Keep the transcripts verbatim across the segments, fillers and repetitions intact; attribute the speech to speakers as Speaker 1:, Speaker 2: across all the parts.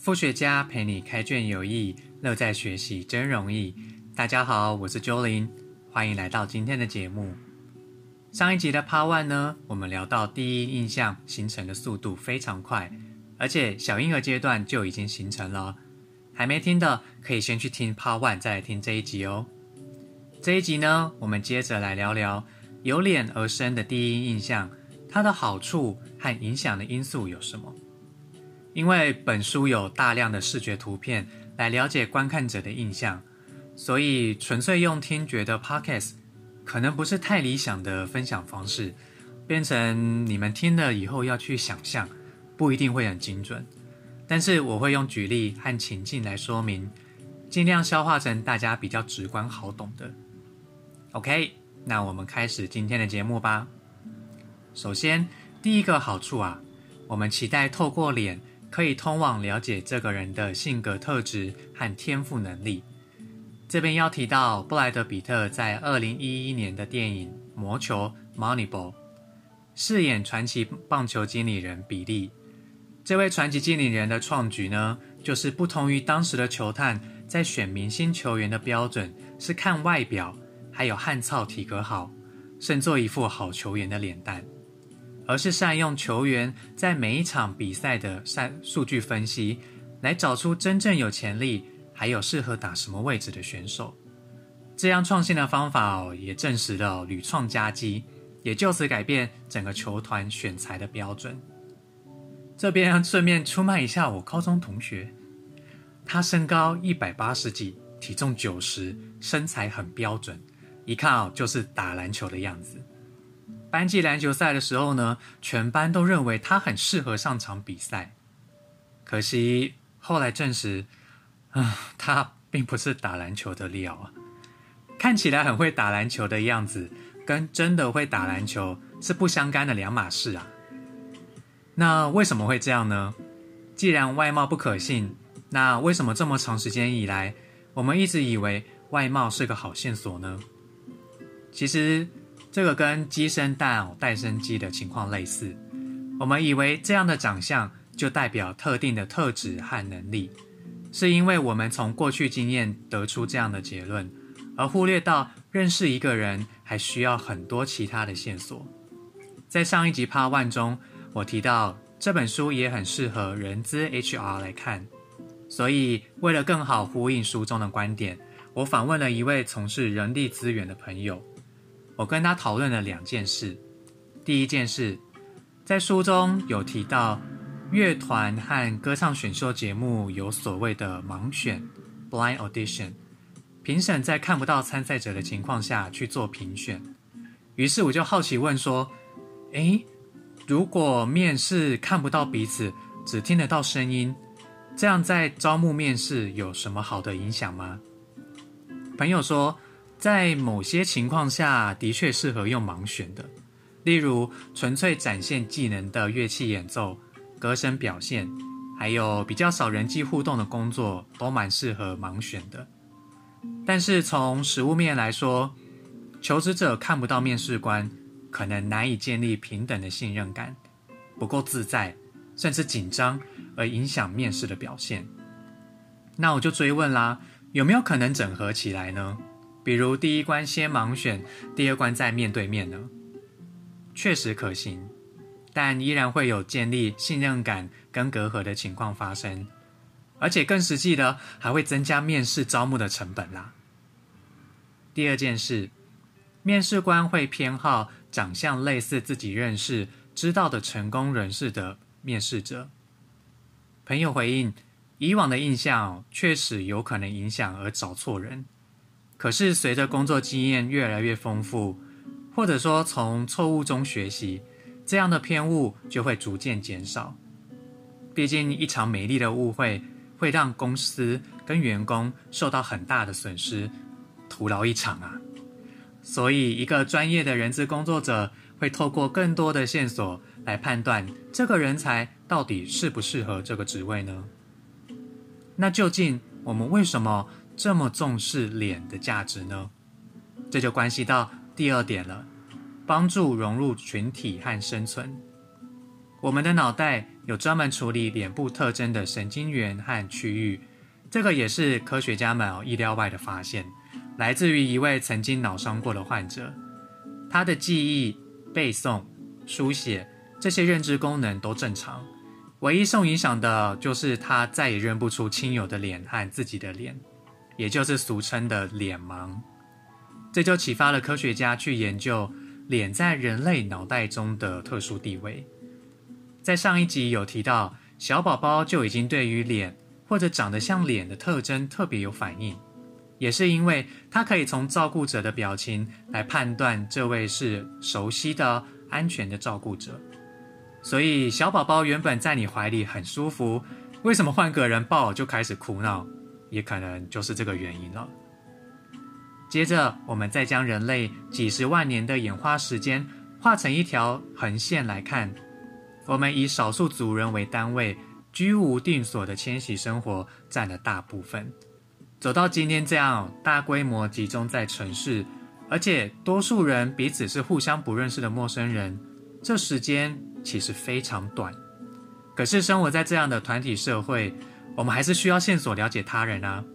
Speaker 1: 副学家陪你开卷有益，乐在学习真容易。大家好，我是Jolin，欢迎来到今天的节目。上一集的 Part 一 呢，我们聊到第一印象形成的速度非常快，而且小婴儿阶段就已经形成了。还没听的可以先去听 Part 一，再来听这一集哦。这一集呢，我们接着来聊聊由脸而生的第一印象，它的好处和影响的因素有什么？因为本书有大量的视觉图片来了解观看者的印象，所以纯粹用听觉的 Podcast 可能不是太理想的分享方式，变成你们听了以后要去想象，不一定会很精准。但是我会用举例和情境来说明，尽量消化成大家比较直观好懂的。OK， 那我们开始今天的节目吧。首先，第一个好处啊，我们期待透过脸可以通往了解这个人的性格特质和天赋能力。这边要提到布莱德比特在二零一一年的电影《魔球》Moneyball 饰演传奇棒球经理人比利。这位传奇经理人的创举呢，就是不同于当时的球探在选明星球员的标准是看外表，还有汉操体格好，胜做一副好球员的脸蛋，而是善用球员在每一场比赛的数据分析，来找出真正有潜力还有适合打什么位置的选手。这样创新的方法、哦、也证实了、哦、屡创佳绩，也就此改变整个球团选材的标准。这边顺便出卖一下我高中同学，他身高一百八十几，体重九十，身材很标准，一看、哦、就是打篮球的样子。班级篮球赛的时候呢，全班都认为他很适合上场比赛。可惜后来证实，啊，他并不是打篮球的料啊。看起来很会打篮球的样子，跟真的会打篮球是不相干的两码事啊。那为什么会这样呢？既然外貌不可信，那为什么这么长时间以来，我们一直以为外貌是个好线索呢？其实这个跟鸡生蛋蛋生鸡的情况类似，我们以为这样的长相就代表特定的特质和能力，是因为我们从过去经验得出这样的结论，而忽略到认识一个人还需要很多其他的线索。在上一集 Part 一 中，我提到这本书也很适合人资 H R 来看，所以为了更好呼应书中的观点，我访问了一位从事人力资源的朋友。我跟他讨论了两件事。第一件事，在书中有提到乐团和歌唱选秀节目有所谓的盲选 blind audition， 评审在看不到参赛者的情况下去做评选。于是我就好奇问说，诶，如果面试看不到彼此，只听得到声音，这样在招募面试有什么好的影响吗？朋友说，在某些情况下的确适合用盲选的，例如纯粹展现技能的乐器演奏、歌声表现，还有比较少人际互动的工作都蛮适合盲选的。但是从实务面来说，求职者看不到面试官，可能难以建立平等的信任感，不够自在，甚至紧张，而影响面试的表现。那我就追问啦，有没有可能整合起来呢？比如第一关先盲选，第二关再面对面呢？确实可行，但依然会有建立信任感跟隔阂的情况发生，而且更实际的还会增加面试招募的成本啦。第二件事，面试官会偏好长相类似自己认识、知道的成功人士的面试者。朋友回应，以往的印象确实有可能影响而找错人，可是随着工作经验越来越丰富，或者说从错误中学习，这样的偏误就会逐渐减少。毕竟一场美丽的误会会让公司跟员工受到很大的损失，徒劳一场啊。所以一个专业的人资工作者会透过更多的线索来判断这个人才到底适不适合这个职位呢？那究竟我们为什么这么重视脸的价值呢？这就关系到第二点了，帮助融入群体和生存。 我们的脑袋有专门处理脸部特征的神经元和区域，这个也是科学家们意料外的发现，来自于一位曾经脑伤过的患者。他的记忆、背诵、书写这些认知功能都正常，唯一受影响的就是他再也认不出亲友的脸和自己的脸，也就是俗称的脸盲。这就启发了科学家去研究脸在人类脑袋中的特殊地位。在上一集有提到，小宝宝就已经对于脸或者长得像脸的特征特别有反应，也是因为他可以从照顾者的表情来判断这位是熟悉的、安全的照顾者。所以小宝宝原本在你怀里很舒服，为什么换个人抱就开始哭闹，也可能就是这个原因了。接着我们再将人类几十万年的演化时间画成一条横线来看，我们以少数族人为单位，居无定所的迁徙生活占了大部分，走到今天这样大规模集中在城市，而且多数人彼此是互相不认识的陌生人，这时间其实非常短。可是生活在这样的团体社会，我们还是需要线索了解他人啊。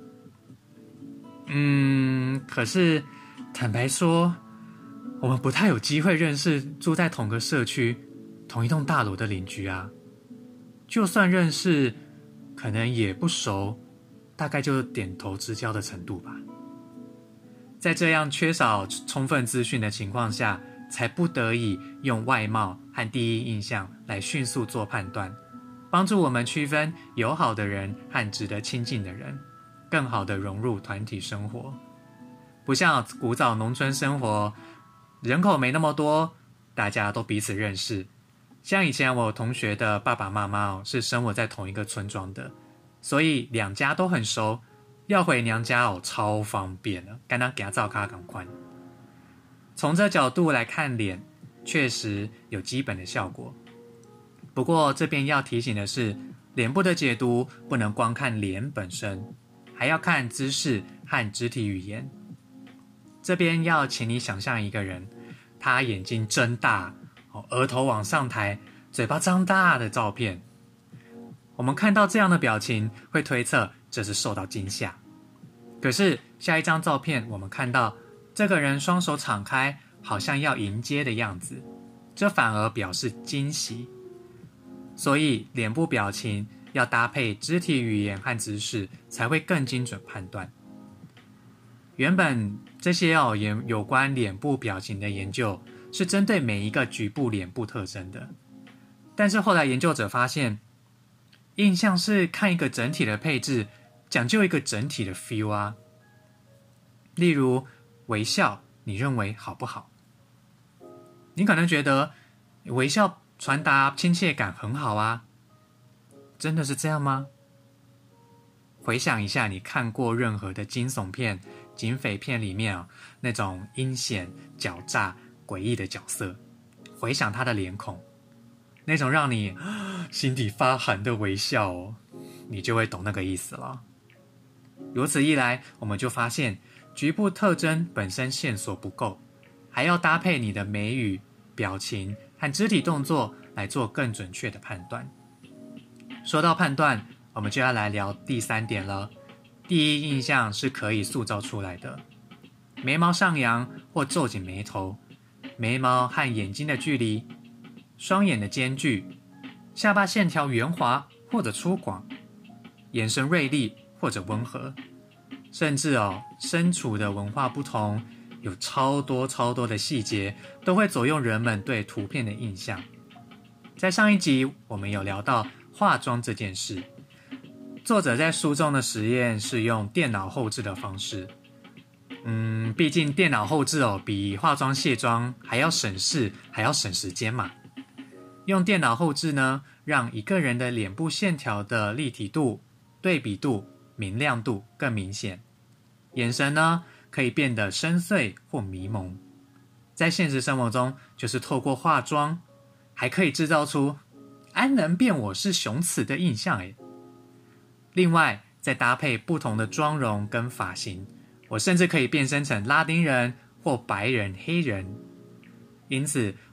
Speaker 1: 嗯，可是坦白说，我们不太有机会认识住在同个社区、同一栋大楼的邻居啊。就算认识，可能也不熟，大概就点头之交的程度吧。在这样缺少充分资讯的情况下，才不得已用外貌和第一印象来迅速做判断，帮助我们区分友好的人和值得亲近的人，更好地融入团体生活。不像古早农村生活，人口没那么多，大家都彼此认识。像以前我同学的爸爸妈妈是生活在同一个村庄的，所以两家都很熟，要回娘家哦超方便了，刚刚给他照卡赶快。从这角度来看脸，确实有基本的效果。不过这边要提醒的是，脸部的解读不能光看脸本身，还要看姿势和肢体语言。这边要请你想象一个人，他眼睛睁大，额头往上抬，嘴巴张大的照片。我们看到这样的表情，会推测这是受到惊吓。可是下一张照片，我们看到这个人双手敞开，好像要迎接的样子，这反而表示惊喜。所以脸部表情要搭配肢体语言和姿势，才会更精准判断。原本这些哦有关脸部表情的研究是针对每一个局部脸部特征的，但是后来研究者发现，印象是看一个整体的配置，讲究一个整体的 feel 啊。例如微笑，你认为好不好？你可能觉得微笑传达亲切感很好啊，真的是这样吗？回想一下你看过任何的惊悚片、警匪片里面、哦、那种阴险、狡诈、诡异的角色，回想他的脸孔，那种让你心底发寒的微笑、哦、你就会懂那个意思了。如此一来，我们就发现局部特征本身线索不够，还要搭配你的眉宇、表情和肢体动作来做更准确的判断。说到判断，我们就要来聊第三点了。第一印象是可以塑造出来的，眉毛上扬或皱紧眉头，眉毛和眼睛的距离，双眼的间距，下巴线条圆滑或者粗犷，眼神锐利或者温和，甚至哦，身处的文化不同，有超多超多的细节都会左右人们对图片的印象。在上一集我们有聊到化妆这件事，作者在书中的实验是用电脑后置的方式。嗯，毕竟电脑后置哦，比化妆卸妆还要省事，还要省时间嘛。用电脑后置呢，让一个人的脸部线条的立体度、对比度、明亮度更明显，眼神呢可以变得深邃或迷蒙。在现实生活中，就是透过化妆，还可以制造出安能辨我是雄雌的印象诶。另外，再搭配不同的妆容跟发型，我甚至可以变身成拉丁人或白人、黑人。因此，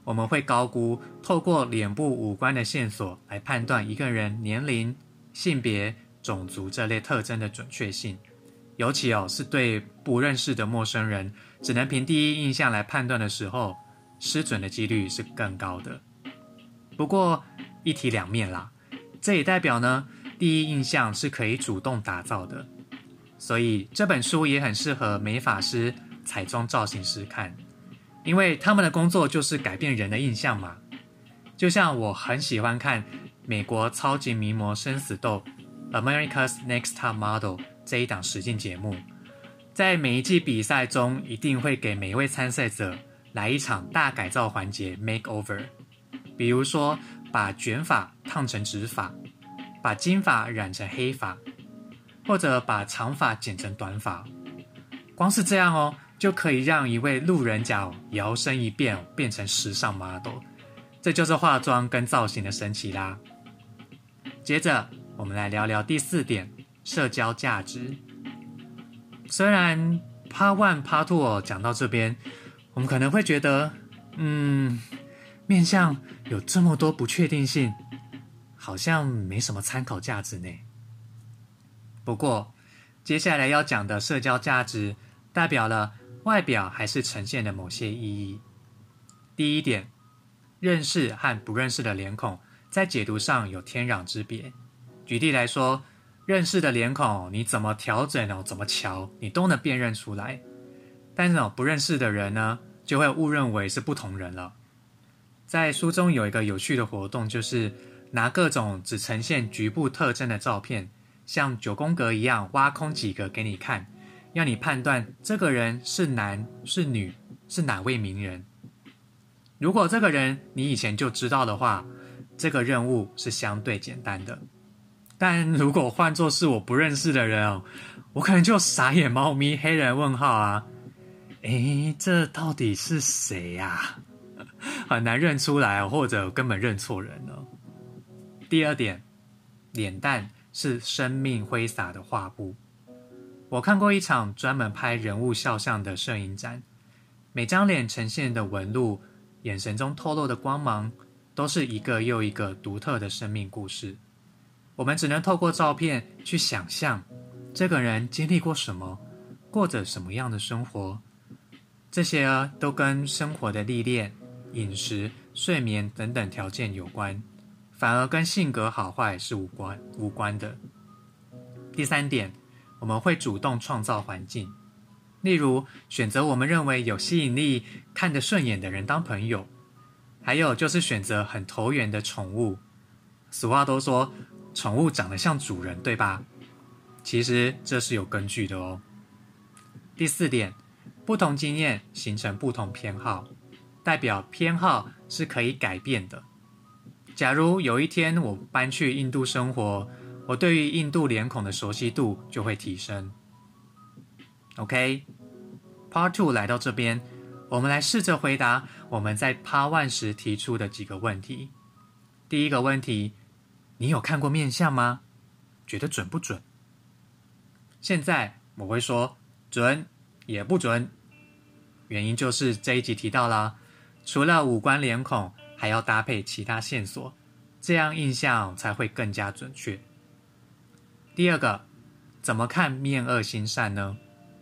Speaker 1: 我们会高估透过脸部五官的线索来判断一个人年龄、性别、种族这类特征的准确性，尤其哦是对不认识的陌生人，只能凭第一印象来判断的时候，失准的几率是更高的。不过一体两面啦，这也代表呢，第一印象是可以主动打造的，所以这本书也很适合美发师、彩妆造型师看，因为他们的工作就是改变人的印象嘛。就像我很喜欢看美国超级名模生死斗 America's Next Top Model 这一档实境节目，在每一季比赛中一定会给每一位参赛者来一场大改造环节 makeover， 比如说把卷发烫成直发，把金发染成黑发，或者把长发剪成短发。光是这样哦，就可以让一位路人甲摇身一变变成时尚 model， 这就是化妆跟造型的神奇啦。接着我们来聊聊第四点，社交价值。虽然 Part 一 Part 二 讲到这边，我们可能会觉得嗯，面相有这么多不确定性，好像没什么参考价值呢。不过接下来要讲的社交价值代表了外表还是呈现的某些意义。第一点，认识和不认识的脸孔在解读上有天壤之别。举例来说，认识的脸孔你怎么调整怎么瞧你都能辨认出来，但是不认识的人呢，就会误认为是不同人了。在书中有一个有趣的活动，就是拿各种只呈现局部特征的照片，像九宫格一样挖空几个给你看，要你判断这个人是男是女，是哪位名人。如果这个人你以前就知道的话，这个任务是相对简单的。但如果换作是我不认识的人哦，我可能就傻眼猫咪黑人问号啊，诶，这到底是谁呀？很难认出来，或者根本认错人了。第二点，脸蛋是生命挥洒的画布。我看过一场专门拍人物肖像的摄影展，每张脸呈现的纹路，眼神中透露的光芒，都是一个又一个独特的生命故事。我们只能透过照片去想象这个人经历过什么，过着什么样的生活。这些啊，都跟生活的历练、饮食、睡眠等等条件有关，反而跟性格好坏是无关无关的。第三点，我们会主动创造环境，例如选择我们认为有吸引力、看得顺眼的人当朋友，还有就是选择很投缘的宠物。俗话都说宠物长得像主人，对吧？其实这是有根据的哦。第四点，不同经验形成不同偏好，代表偏好是可以改变的。假如有一天我搬去印度生活，我对于印度脸孔的熟悉度就会提升。OK， Part 二 来到这边，我们来试着回答我们在 Part 一 时提出的几个问题。第一个问题，你有看过面相吗？觉得准不准？现在我会说准也不准，原因就是这一集提到啦，除了五官脸孔，还要搭配其他线索，这样印象才会更加准确。第二个，怎么看面恶心善呢？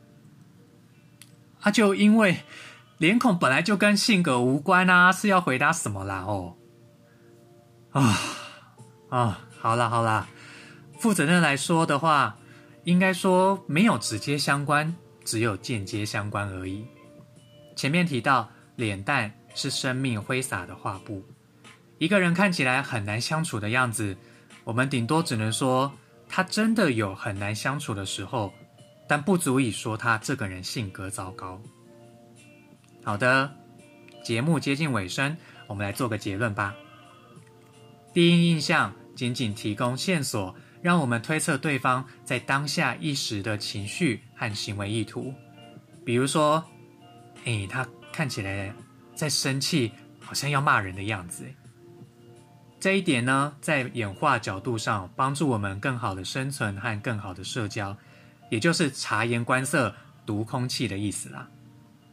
Speaker 1: 啊，就因为脸孔本来就跟性格无关啊，是要回答什么啦？哦，啊啊，好啦好啦，负责任来说的话，应该说没有直接相关，只有间接相关而已。前面提到脸蛋是生命挥洒的画布，一个人看起来很难相处的样子，我们顶多只能说他真的有很难相处的时候，但不足以说他这个人性格糟糕。好的，节目接近尾声，我们来做个结论吧。第一印象仅仅提供线索，让我们推测对方在当下一时的情绪和行为意图。比如说，诶，他看起来在生气，好像要骂人的样子。这一点呢，在演化角度上帮助我们更好的生存和更好的社交，也就是察言观色、读空气的意思啦。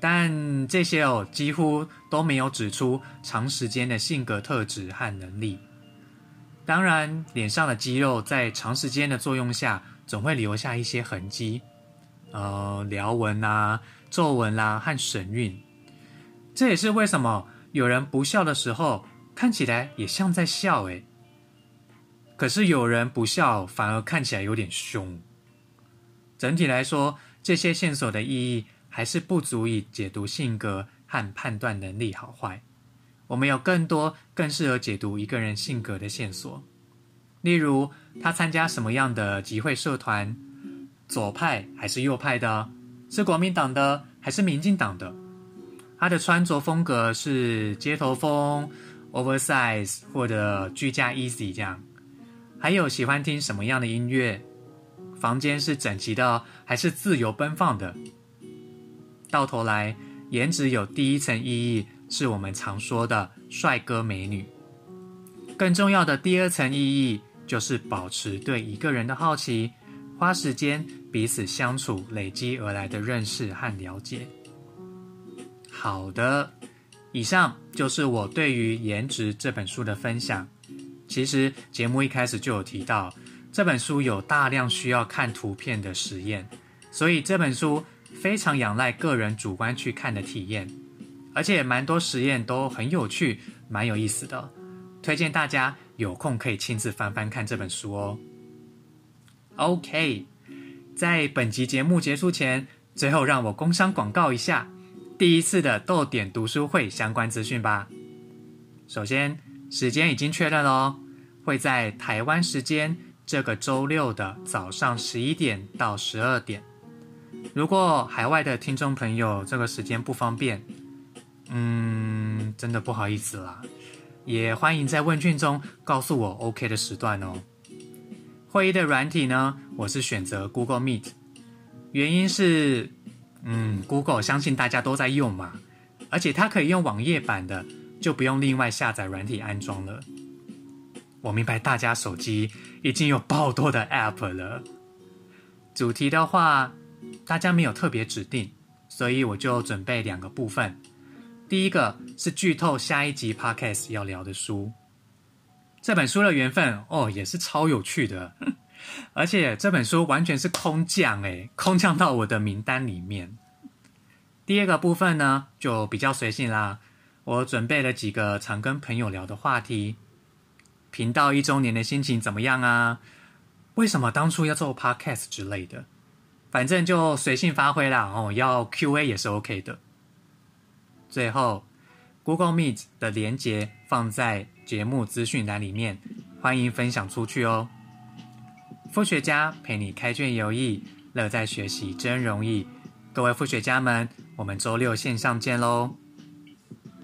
Speaker 1: 但这些哦几乎都没有指出长时间的性格特质和能力。当然，脸上的肌肉在长时间的作用下，总会留下一些痕迹，呃，撩纹啊、皱纹啦、啊、和神韵。这也是为什么有人不笑的时候，看起来也像在笑诶。可是有人不笑，反而看起来有点凶。整体来说，这些线索的意义还是不足以解读性格和判断能力好坏。我们有更多更适合解读一个人性格的线索，例如他参加什么样的集会社团，左派还是右派的，是国民党的还是民进党的，他的穿着风格是街头风、oversize 或者居家 easy 这样，还有喜欢听什么样的音乐，房间是整齐的还是自由奔放的。到头来，颜值有第一层意义，是我们常说的帅哥美女。更重要的第二层意义，就是保持对一个人的好奇，花时间彼此相处累积而来的认识和了解。好的，以上就是我对于《颜值》这本书的分享。其实节目一开始就有提到，这本书有大量需要看图片的实验，所以这本书非常仰赖个人主观去看的体验，而且蛮多实验都很有趣，蛮有意思的，推荐大家有空可以亲自翻翻看这本书哦。OK， 在本集节目结束前，最后让我工商广告一下第一次的逗点读书会相关资讯吧。首先，时间已经确认咯，会在台湾时间这个周六的早上十一点到十二点。如果海外的听众朋友这个时间不方便，嗯，真的不好意思啦，也欢迎在问卷中告诉我 OK 的时段哦。会议的软体呢，我是选择 Google Meet， 原因是嗯 Google 相信大家都在用嘛，而且它可以用网页版的，就不用另外下载软体安装了。我明白大家手机已经有爆多的 App 了。主题的话，大家没有特别指定，所以我就准备两个部分。第一个是剧透下一集 Podcast 要聊的书，这本书的缘分哦也是超有趣的，而且这本书完全是空降诶，空降到我的名单里面。第二个部分呢就比较随性啦，我准备了几个常跟朋友聊的话题，频道一周年的心情怎么样啊？为什么当初要做 Podcast 之类的，反正就随性发挥啦哦，要 Q A 也是 OK 的。最后 Google Meet 的连结放在节目资讯栏里面，欢迎分享出去哦。副学家陪你开卷有益，乐在学习真容易。各位副学家们，我们周六线上见咯。